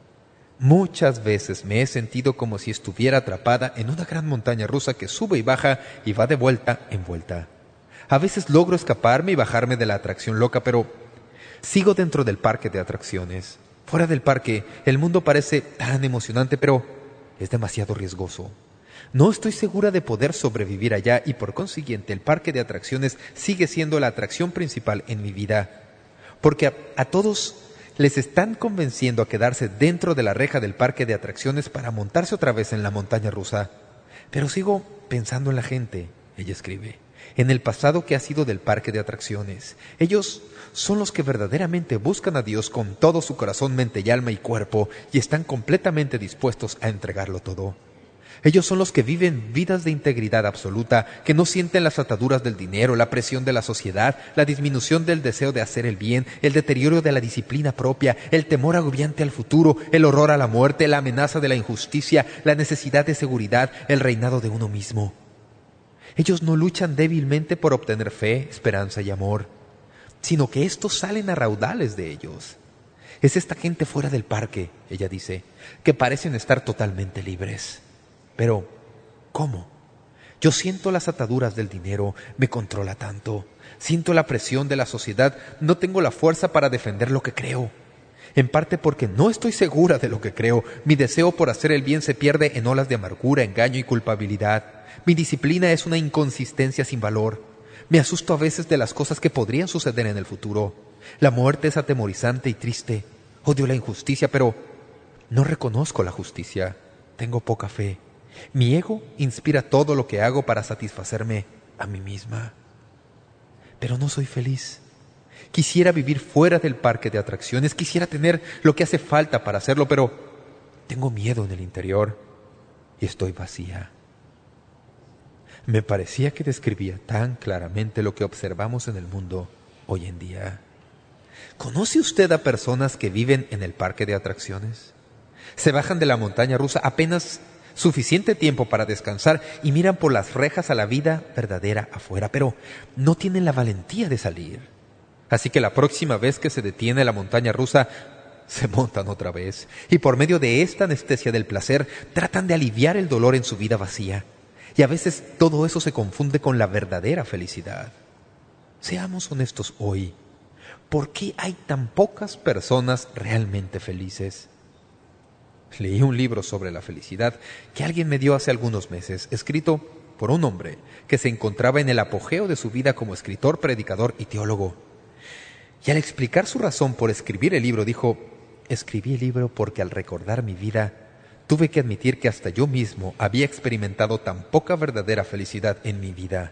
Muchas veces me he sentido como si estuviera atrapada en una gran montaña rusa que sube y baja y va de vuelta en vuelta. A veces logro escaparme y bajarme de la atracción loca, pero sigo dentro del parque de atracciones. Fuera del parque, el mundo parece tan emocionante, pero es demasiado riesgoso. No estoy segura de poder sobrevivir allá y por consiguiente el parque de atracciones sigue siendo la atracción principal en mi vida. Porque a todos les están convenciendo a quedarse dentro de la reja del parque de atracciones para montarse otra vez en la montaña rusa. Pero sigo pensando en la gente, ella escribe, en el pasado que ha sido del parque de atracciones. Ellos son los que verdaderamente buscan a Dios con todo su corazón, mente y alma y cuerpo y están completamente dispuestos a entregarlo todo. Ellos son los que viven vidas de integridad absoluta, que no sienten las ataduras del dinero, la presión de la sociedad, la disminución del deseo de hacer el bien, el deterioro de la disciplina propia, el temor agobiante al futuro, el horror a la muerte, la amenaza de la injusticia, la necesidad de seguridad, el reinado de uno mismo. Ellos no luchan débilmente por obtener fe, esperanza y amor, sino que estos salen a raudales de ellos. Es esta gente fuera del parque, ella dice, que parecen estar totalmente libres. Pero, ¿cómo? Yo siento las ataduras del dinero, me controla tanto. Siento la presión de la sociedad, no tengo la fuerza para defender lo que creo. En parte porque no estoy segura de lo que creo. Mi deseo por hacer el bien se pierde en olas de amargura, engaño y culpabilidad. Mi disciplina es una inconsistencia sin valor. Me asusto a veces de las cosas que podrían suceder en el futuro. La muerte es atemorizante y triste. Odio la injusticia, pero no reconozco la justicia. Tengo poca fe. Mi ego inspira todo lo que hago para satisfacerme a mí misma. Pero no soy feliz. Quisiera vivir fuera del parque de atracciones, quisiera tener lo que hace falta para hacerlo, pero tengo miedo en el interior y estoy vacía. Me parecía que describía tan claramente lo que observamos en el mundo hoy en día. ¿Conoce usted a personas que viven en el parque de atracciones? Se bajan de la montaña rusa apenas suficiente tiempo para descansar y miran por las rejas a la vida verdadera afuera, pero no tienen la valentía de salir. Así que la próxima vez que se detiene la montaña rusa, se montan otra vez. Y por medio de esta anestesia del placer, tratan de aliviar el dolor en su vida vacía. Y a veces todo eso se confunde con la verdadera felicidad. Seamos honestos hoy. ¿Por qué hay tan pocas personas realmente felices? Leí un libro sobre la felicidad que alguien me dio hace algunos meses, escrito por un hombre que se encontraba en el apogeo de su vida como escritor, predicador y teólogo. Y al explicar su razón por escribir el libro, dijo: escribí el libro porque al recordar mi vida, tuve que admitir que hasta yo mismo había experimentado tan poca verdadera felicidad en mi vida.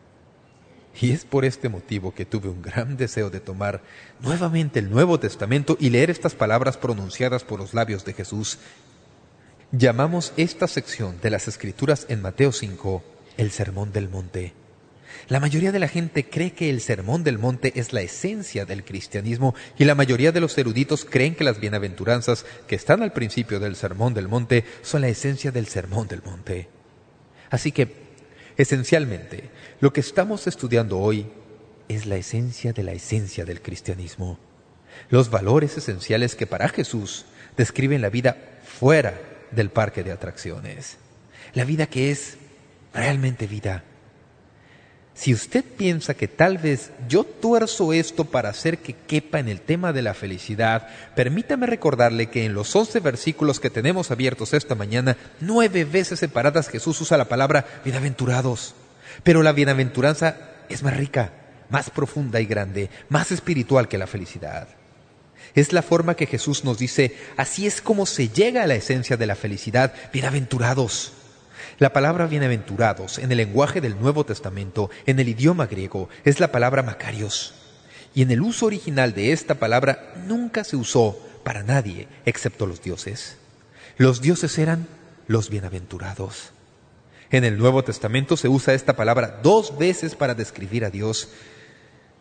Y es por este motivo que tuve un gran deseo de tomar nuevamente el Nuevo Testamento y leer estas palabras pronunciadas por los labios de Jesús. Llamamos esta sección de las Escrituras en Mateo 5, el Sermón del Monte. La mayoría de la gente cree que el Sermón del Monte es la esencia del cristianismo y la mayoría de los eruditos creen que las bienaventuranzas que están al principio del Sermón del Monte son la esencia del Sermón del Monte. Así que, esencialmente, lo que estamos estudiando hoy es la esencia del cristianismo. Los valores esenciales que para Jesús describen la vida fuera del parque de atracciones. La vida que es realmente vida. Si usted piensa que tal vez yo tuerzo esto para hacer que quepa en el tema de la felicidad, permítame recordarle que en los 11 versículos que tenemos abiertos esta mañana, 9 veces separadas Jesús usa la palabra bienaventurados. Pero la bienaventuranza es más rica, más profunda y grande, más espiritual que la felicidad. Es la forma que Jesús nos dice, así es como se llega a la esencia de la felicidad, bienaventurados. La palabra bienaventurados en el lenguaje del Nuevo Testamento, en el idioma griego, es la palabra makarios. Y en el uso original de esta palabra nunca se usó para nadie excepto los dioses. Los dioses eran los bienaventurados. En el Nuevo Testamento se usa esta palabra 2 veces para describir a Dios.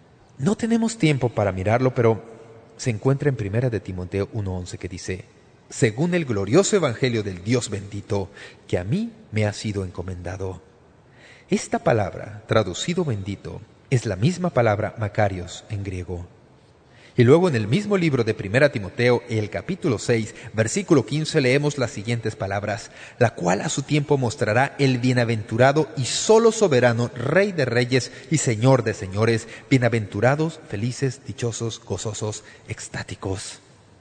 No tenemos tiempo para mirarlo, pero se encuentra en 1 de Timoteo 1:11 que dice: según el glorioso evangelio del Dios bendito, que a mí me ha sido encomendado. Esta palabra, traducido bendito, es la misma palabra Makarios en griego. Y luego en el mismo libro de 1 Timoteo, el capítulo 6, versículo 15, leemos las siguientes palabras: la cual a su tiempo mostrará el bienaventurado y solo soberano, Rey de reyes y Señor de señores, bienaventurados, felices, dichosos, gozosos, extáticos.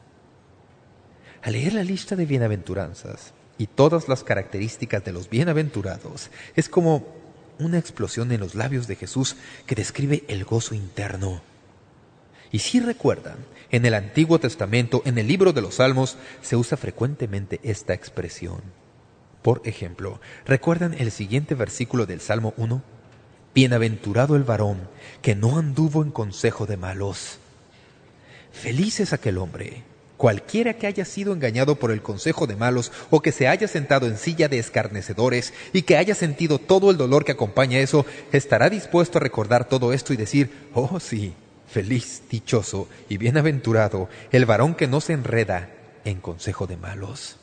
Al leer la lista de bienaventuranzas y todas las características de los bienaventurados, es como una explosión en los labios de Jesús que describe el gozo interno. Y si recuerdan, en el Antiguo Testamento, en el libro de los Salmos, se usa frecuentemente esta expresión. Por ejemplo, ¿recuerdan el siguiente versículo del Salmo 1? Bienaventurado el varón que no anduvo en consejo de malos. Feliz es aquel hombre, cualquiera que haya sido engañado por el consejo de malos o que se haya sentado en silla de escarnecedores y que haya sentido todo el dolor que acompaña eso, estará dispuesto a recordar todo esto y decir: oh sí, feliz, dichoso y bienaventurado el varón que no se enreda en consejo de malos.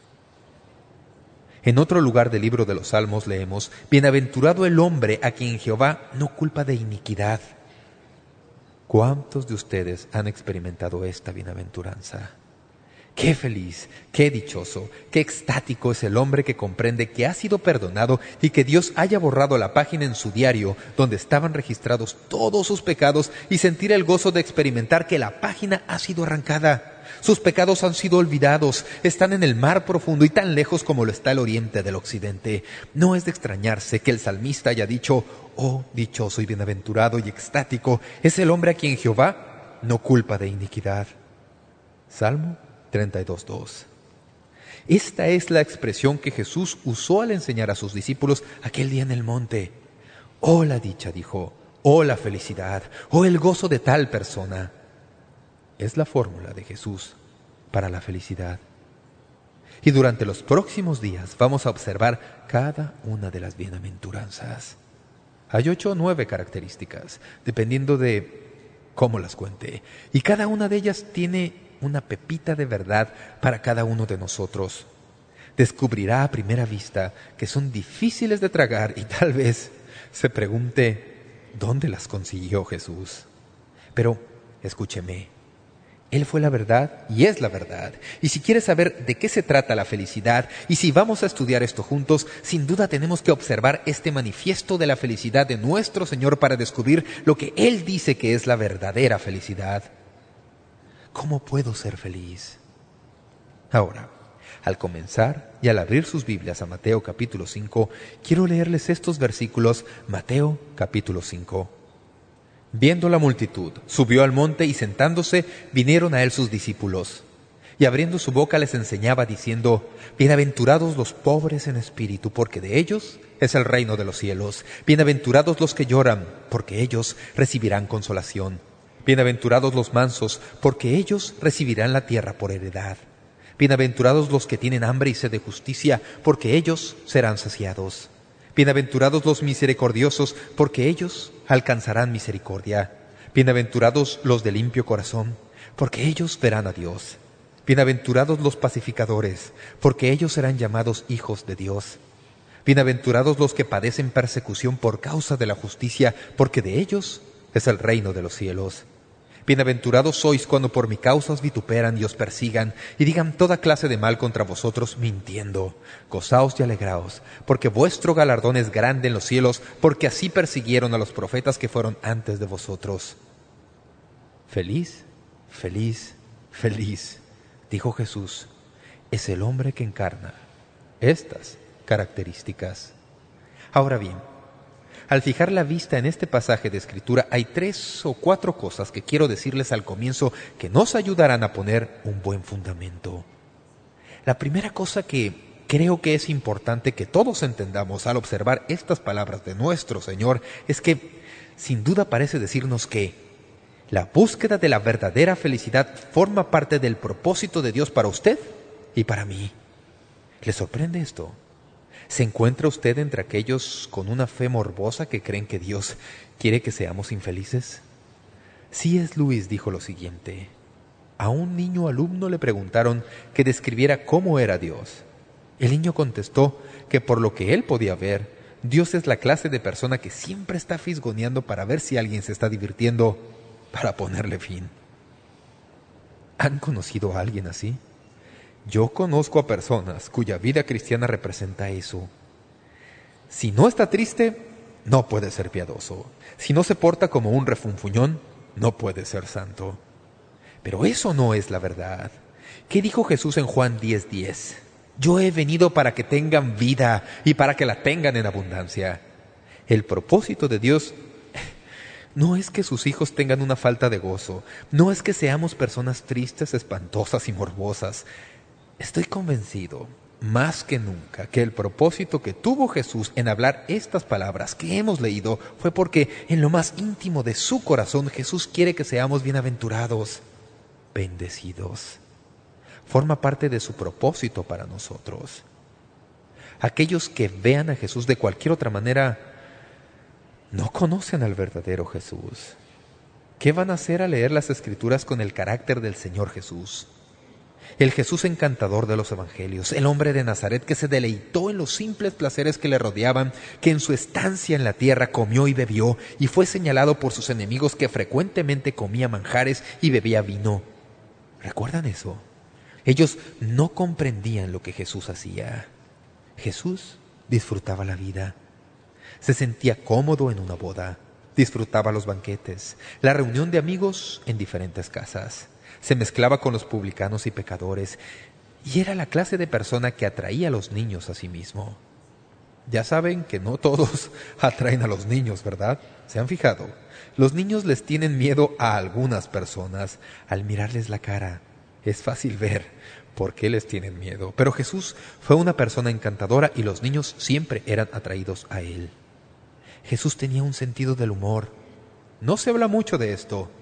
En otro lugar del libro de los Salmos leemos: bienaventurado el hombre a quien Jehová no culpa de iniquidad. ¿Cuántos de ustedes han experimentado esta bienaventuranza? Qué feliz, qué dichoso, qué extático es el hombre que comprende que ha sido perdonado y que Dios haya borrado la página en su diario donde estaban registrados todos sus pecados, y sentir el gozo de experimentar que la página ha sido arrancada. Sus pecados han sido olvidados, están en el mar profundo y tan lejos como lo está el oriente del occidente. No es de extrañarse que el salmista haya dicho: oh, dichoso y bienaventurado y extático es el hombre a quien Jehová no culpa de iniquidad. Salmo 32:2. Esta es la expresión que Jesús usó al enseñar a sus discípulos aquel día en el monte. Oh, la dicha, dijo, oh, la felicidad, oh, el gozo de tal persona. Es la fórmula de Jesús para la felicidad. Y durante los próximos días vamos a observar cada una de las bienaventuranzas. Hay 8 o 9 características, dependiendo de cómo las cuente. Y cada una de ellas tiene una pepita de verdad para cada uno de nosotros. Descubrirá a primera vista que son difíciles de tragar y tal vez se pregunte: ¿dónde las consiguió Jesús? Pero escúcheme, Él fue la verdad y es la verdad. Y si quieres saber de qué se trata la felicidad y si vamos a estudiar esto juntos, sin duda tenemos que observar este manifiesto de la felicidad de nuestro Señor para descubrir lo que Él dice que es la verdadera felicidad. ¿Cómo puedo ser feliz? Ahora, al comenzar y al abrir sus Biblias a Mateo capítulo 5, quiero leerles estos versículos. Mateo capítulo 5. Viendo la multitud, subió al monte y sentándose, vinieron a él sus discípulos. Y abriendo su boca les enseñaba diciendo: bienaventurados los pobres en espíritu, porque de ellos es el reino de los cielos. Bienaventurados los que lloran, porque ellos recibirán consolación. Bienaventurados los mansos, porque ellos recibirán la tierra por heredad. Bienaventurados los que tienen hambre y sed de justicia, porque ellos serán saciados. Bienaventurados los misericordiosos, porque ellos alcanzarán misericordia. Bienaventurados los de limpio corazón, porque ellos verán a Dios. Bienaventurados los pacificadores, porque ellos serán llamados hijos de Dios. Bienaventurados los que padecen persecución por causa de la justicia, porque de ellos es el reino de los cielos. Bienaventurados sois cuando por mi causa os vituperan y os persigan y digan toda clase de mal contra vosotros mintiendo. Gozaos y alegraos, porque vuestro galardón es grande en los cielos, porque así persiguieron a los profetas que fueron antes de vosotros. Feliz, feliz, feliz, dijo Jesús, es el hombre que encarna estas características. Ahora bien, al fijar la vista en este pasaje de Escritura, hay 3 o 4 cosas que quiero decirles al comienzo que nos ayudarán a poner un buen fundamento. La primera cosa que creo que es importante que todos entendamos al observar estas palabras de nuestro Señor es que, sin duda, parece decirnos que la búsqueda de la verdadera felicidad forma parte del propósito de Dios para usted y para mí. ¿Le sorprende esto? ¿Se encuentra usted entre aquellos con una fe morbosa que creen que Dios quiere que seamos infelices? C.S. Lewis dijo lo siguiente: a un niño alumno le preguntaron que describiera cómo era Dios. El niño contestó que por lo que él podía ver, Dios es la clase de persona que siempre está fisgoneando para ver si alguien se está divirtiendo para ponerle fin. ¿Han conocido a alguien así? Yo conozco a personas cuya vida cristiana representa eso. Si no está triste, no puede ser piadoso. Si no se porta como un refunfuñón, no puede ser santo. Pero eso no es la verdad. ¿Qué dijo Jesús en Juan 10:10? Yo he venido para que tengan vida y para que la tengan en abundancia. El propósito de Dios no es que sus hijos tengan una falta de gozo. No es que seamos personas tristes, espantosas y morbosas. Estoy convencido, más que nunca, que el propósito que tuvo Jesús en hablar estas palabras que hemos leído fue porque en lo más íntimo de su corazón Jesús quiere que seamos bienaventurados, bendecidos. Forma parte de su propósito para nosotros. Aquellos que vean a Jesús de cualquier otra manera no conocen al verdadero Jesús. ¿Qué van a hacer al leer las Escrituras con el carácter del Señor Jesús? El Jesús encantador de los Evangelios, el hombre de Nazaret que se deleitó en los simples placeres que le rodeaban, que en su estancia en la tierra comió y bebió, y fue señalado por sus enemigos que frecuentemente comía manjares y bebía vino. ¿Recuerdan eso? Ellos no comprendían lo que Jesús hacía. Jesús disfrutaba la vida. Se sentía cómodo en una boda. Disfrutaba los banquetes, la reunión de amigos en diferentes casas. Se mezclaba con los publicanos y pecadores, y era la clase de persona que atraía a los niños a sí mismo. Ya saben que no todos atraen a los niños, ¿verdad? ¿Se han fijado? Los niños les tienen miedo a algunas personas. Al mirarles la cara, es fácil ver por qué les tienen miedo. Pero Jesús fue una persona encantadora y los niños siempre eran atraídos a Él. Jesús tenía un sentido del humor. No se habla mucho de esto.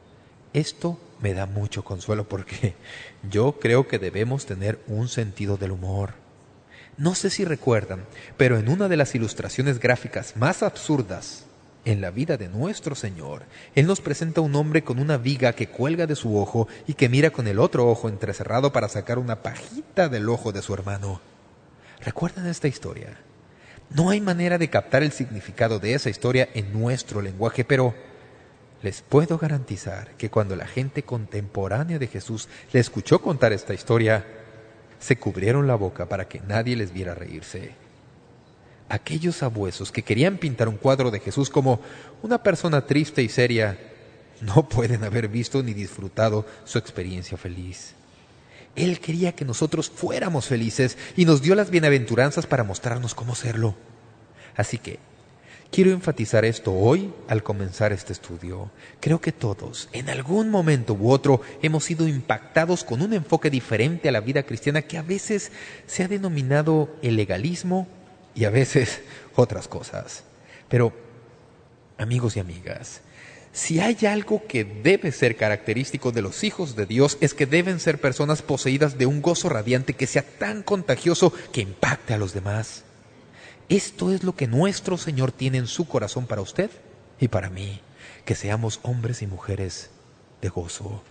Esto me da mucho consuelo porque yo creo que debemos tener un sentido del humor. No sé si recuerdan, pero en una de las ilustraciones gráficas más absurdas en la vida de nuestro Señor, Él nos presenta a un hombre con una viga que cuelga de su ojo y que mira con el otro ojo entrecerrado para sacar una pajita del ojo de su hermano. ¿Recuerdan esta historia? No hay manera de captar el significado de esa historia en nuestro lenguaje, pero les puedo garantizar que cuando la gente contemporánea de Jesús le escuchó contar esta historia, se cubrieron la boca para que nadie les viera reírse. Aquellos sabuesos que querían pintar un cuadro de Jesús como una persona triste y seria, no pueden haber visto ni disfrutado su experiencia feliz. Él quería que nosotros fuéramos felices y nos dio las bienaventuranzas para mostrarnos cómo serlo. Así que quiero enfatizar esto hoy al comenzar este estudio. Creo que todos, en algún momento u otro, hemos sido impactados con un enfoque diferente a la vida cristiana que a veces se ha denominado el legalismo y a veces otras cosas. Pero, amigos y amigas, si hay algo que debe ser característico de los hijos de Dios es que deben ser personas poseídas de un gozo radiante que sea tan contagioso que impacte a los demás. Esto es lo que nuestro Señor tiene en su corazón para usted y para mí, que seamos hombres y mujeres de gozo.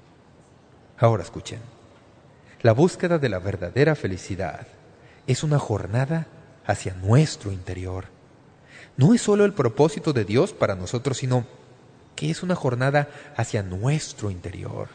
Ahora escuchen, la búsqueda de la verdadera felicidad es una jornada hacia nuestro interior. No es solo el propósito de Dios para nosotros, sino que es una jornada hacia nuestro interior.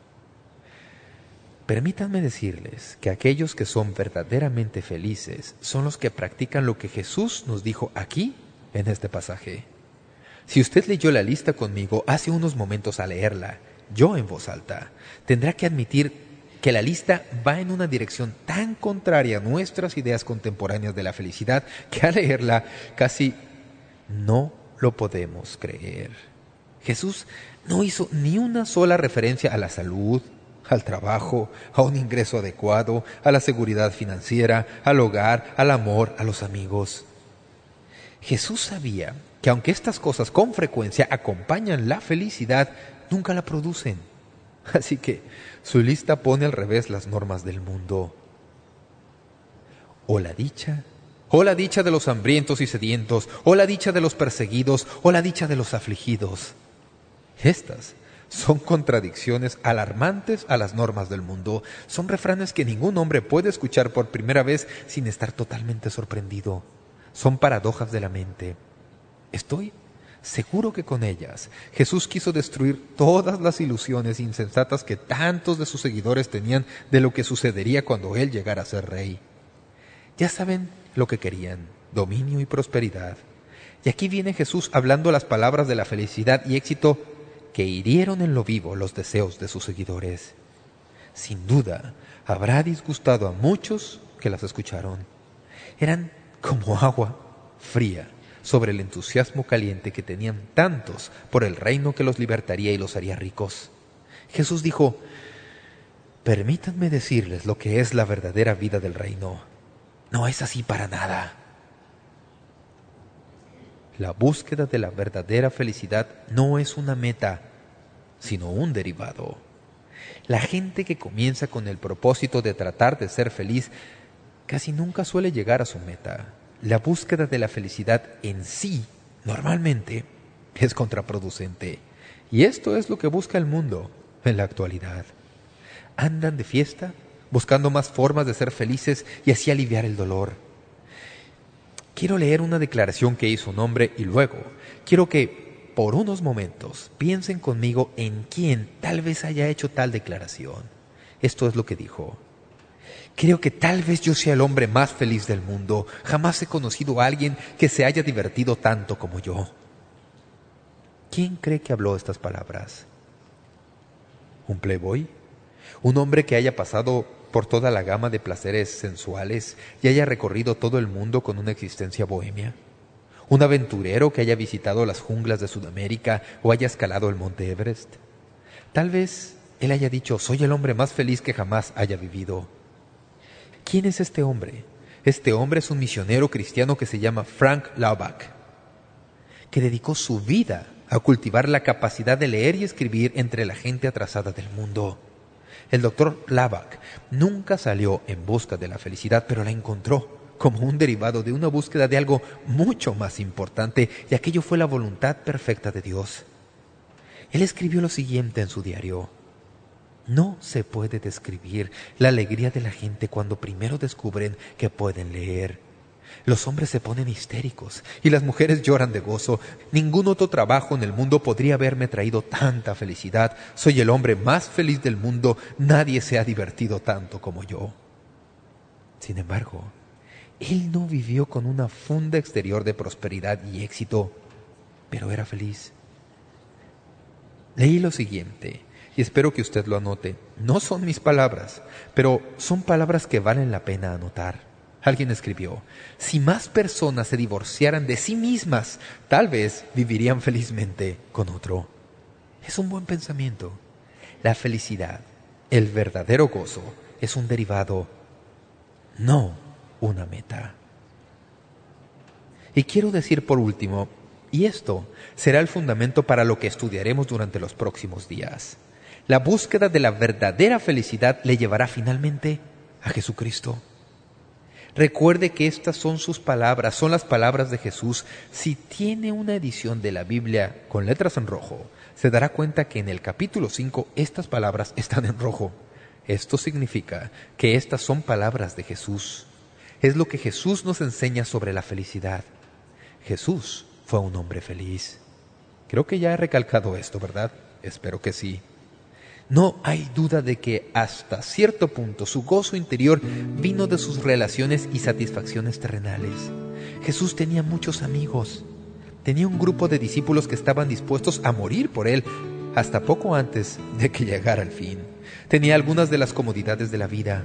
Permítanme decirles que aquellos que son verdaderamente felices son los que practican lo que Jesús nos dijo aquí en este pasaje. Si usted leyó la lista conmigo hace unos momentos al leerla, yo en voz alta, tendrá que admitir que la lista va en una dirección tan contraria a nuestras ideas contemporáneas de la felicidad que al leerla casi no lo podemos creer. Jesús no hizo ni una sola referencia a la salud, al trabajo, a un ingreso adecuado, a la seguridad financiera, al hogar, al amor, a los amigos. Jesús sabía que aunque estas cosas con frecuencia acompañan la felicidad, nunca la producen. Así que su lista pone al revés las normas del mundo. O la dicha de los hambrientos y sedientos, o la dicha de los perseguidos, o la dicha de los afligidos. Estas son contradicciones alarmantes a las normas del mundo. Son refranes que ningún hombre puede escuchar por primera vez sin estar totalmente sorprendido. Son paradojas de la mente. Estoy seguro que con ellas Jesús quiso destruir todas las ilusiones insensatas que tantos de sus seguidores tenían de lo que sucedería cuando Él llegara a ser rey. Ya saben lo que querían: dominio y prosperidad. Y aquí viene Jesús hablando las palabras de la felicidad y éxito que hirieron en lo vivo los deseos de sus seguidores. Sin duda, habrá disgustado a muchos que las escucharon. Eran como agua fría sobre el entusiasmo caliente que tenían tantos por el reino que los libertaría y los haría ricos. Jesús dijo: permítanme decirles lo que es la verdadera vida del reino. No es así para nada. La búsqueda de la verdadera felicidad no es una meta, sino un derivado. La gente que comienza con el propósito de tratar de ser feliz casi nunca suele llegar a su meta. La búsqueda de la felicidad en sí, normalmente, es contraproducente. Y esto es lo que busca el mundo en la actualidad. Andan de fiesta, buscando más formas de ser felices y así aliviar el dolor. Quiero leer una declaración que hizo un hombre y luego quiero que por unos momentos piensen conmigo en quién tal vez haya hecho tal declaración. Esto es lo que dijo: creo que tal vez yo sea el hombre más feliz del mundo. Jamás he conocido a alguien que se haya divertido tanto como yo. ¿Quién cree que habló estas palabras? ¿Un playboy? ¿Un hombre que haya pasado por toda la gama de placeres sensuales y haya recorrido todo el mundo con una existencia bohemia? ¿Un aventurero que haya visitado las junglas de Sudamérica o haya escalado el monte Everest? Tal vez él haya dicho: soy el hombre más feliz que jamás haya vivido. ¿Quién es este hombre? Este hombre es un misionero cristiano que se llama Frank Laubach, que dedicó su vida a cultivar la capacidad de leer y escribir entre la gente atrasada del mundo. El doctor Laubach nunca salió en busca de la felicidad, pero la encontró como un derivado de una búsqueda de algo mucho más importante, y aquello fue la voluntad perfecta de Dios. Él escribió lo siguiente en su diario: no se puede describir la alegría de la gente cuando primero descubren que pueden leer. Los hombres se ponen histéricos y las mujeres lloran de gozo. Ningún otro trabajo en el mundo podría haberme traído tanta felicidad. Soy el hombre más feliz del mundo. Nadie se ha divertido tanto como yo. Sin embargo, él no vivió con una funda exterior de prosperidad y éxito, pero era feliz. Leí lo siguiente y espero que usted lo anote. No son mis palabras, pero son palabras que valen la pena anotar. Alguien escribió: si más personas se divorciaran de sí mismas, tal vez vivirían felizmente con otro. Es un buen pensamiento. La felicidad, el verdadero gozo, es un derivado, no una meta. Y quiero decir por último, y esto será el fundamento para lo que estudiaremos durante los próximos días: la búsqueda de la verdadera felicidad le llevará finalmente a Jesucristo. Recuerde que estas son sus palabras, son las palabras de Jesús. Si tiene una edición de la Biblia con letras en rojo, se dará cuenta que en el capítulo 5 estas palabras están en rojo. Esto significa que estas son palabras de Jesús. Es lo que Jesús nos enseña sobre la felicidad. Jesús fue un hombre feliz. Creo que ya he recalcado esto, ¿verdad? Espero que sí. No hay duda de que hasta cierto punto su gozo interior vino de sus relaciones y satisfacciones terrenales. Jesús tenía muchos amigos. Tenía un grupo de discípulos que estaban dispuestos a morir por él hasta poco antes de que llegara el fin. Tenía algunas de las comodidades de la vida.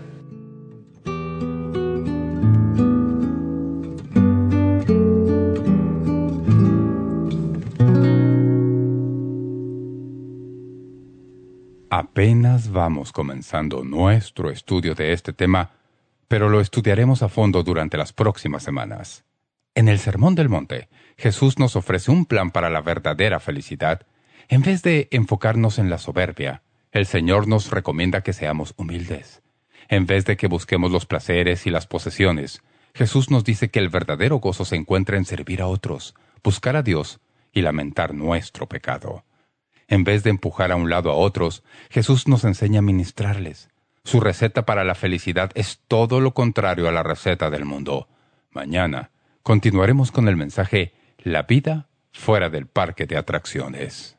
Apenas vamos comenzando nuestro estudio de este tema, pero lo estudiaremos a fondo durante las próximas semanas. En el Sermón del Monte, Jesús nos ofrece un plan para la verdadera felicidad. En vez de enfocarnos en la soberbia, el Señor nos recomienda que seamos humildes. En vez de que busquemos los placeres y las posesiones, Jesús nos dice que el verdadero gozo se encuentra en servir a otros, buscar a Dios y lamentar nuestro pecado. En vez de empujar a un lado a otros, Jesús nos enseña a ministrarles. Su receta para la felicidad es todo lo contrario a la receta del mundo. Mañana continuaremos con el mensaje La vida fuera del parque de atracciones.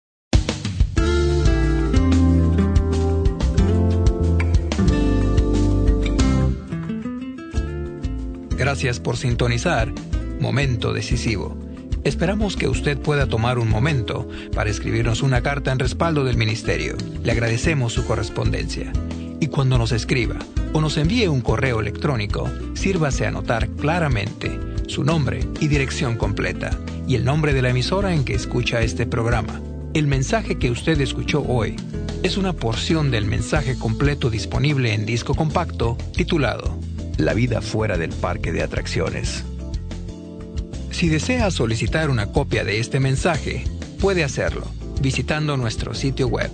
Gracias por sintonizar Momento Decisivo. Esperamos que usted pueda tomar un momento para escribirnos una carta en respaldo del ministerio. Le agradecemos su correspondencia. Y cuando nos escriba o nos envíe un correo electrónico, sírvase a anotar claramente su nombre y dirección completa y el nombre de la emisora en que escucha este programa. El mensaje que usted escuchó hoy es una porción del mensaje completo disponible en disco compacto titulado La vida fuera del parque de atracciones. Si desea solicitar una copia de este mensaje, puede hacerlo visitando nuestro sitio web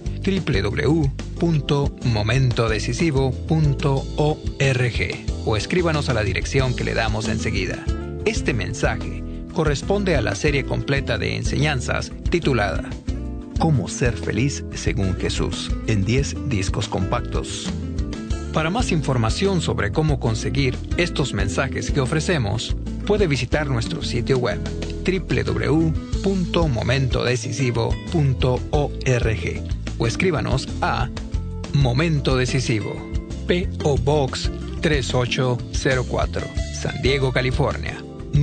www.momentodecisivo.org o escríbanos a la dirección que le damos enseguida. Este mensaje corresponde a la serie completa de enseñanzas titulada Cómo ser feliz según Jesús, en 10 discos compactos. Para más información sobre cómo conseguir estos mensajes que ofrecemos, puede visitar nuestro sitio web www.momentodecisivo.org o escríbanos a Momento Decisivo, P.O. Box 3804, San Diego, California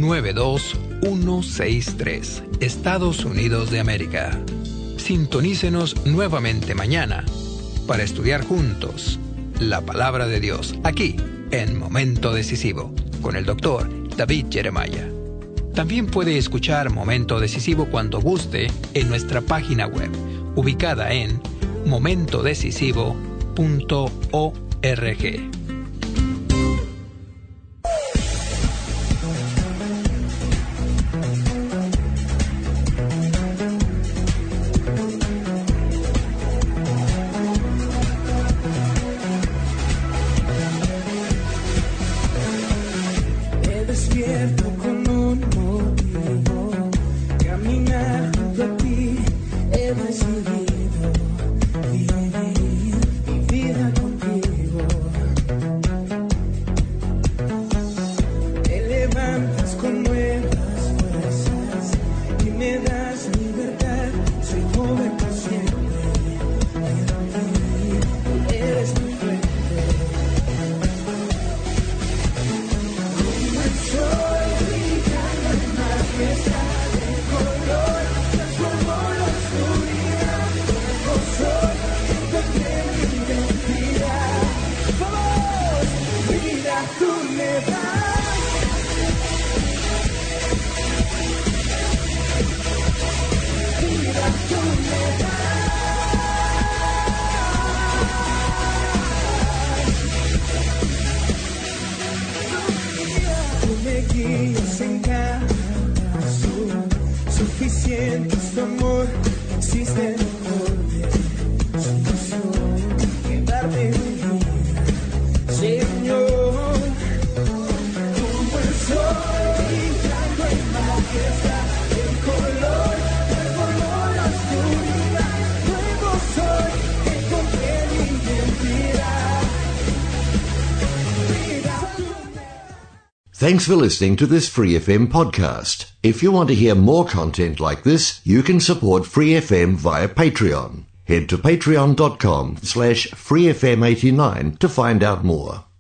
92163, Estados Unidos de América. Sintonícenos nuevamente mañana para estudiar juntos la palabra de Dios aquí en Momento Decisivo con el doctor David Jeremiah. También puede escuchar Momento Decisivo cuando guste en nuestra página web, ubicada en momentodecisivo.org. Suficiente su amor, existe mejor solución que darme mi vida, Señor. Como el sol brillando en majestad, el color del color la oscuridad, nuevo soy, encontré mi identidad. Thanks for listening to this Free FM podcast. If you want to hear more content like this, you can support Free FM via Patreon. Head to patreon.com/freefm89 to find out more.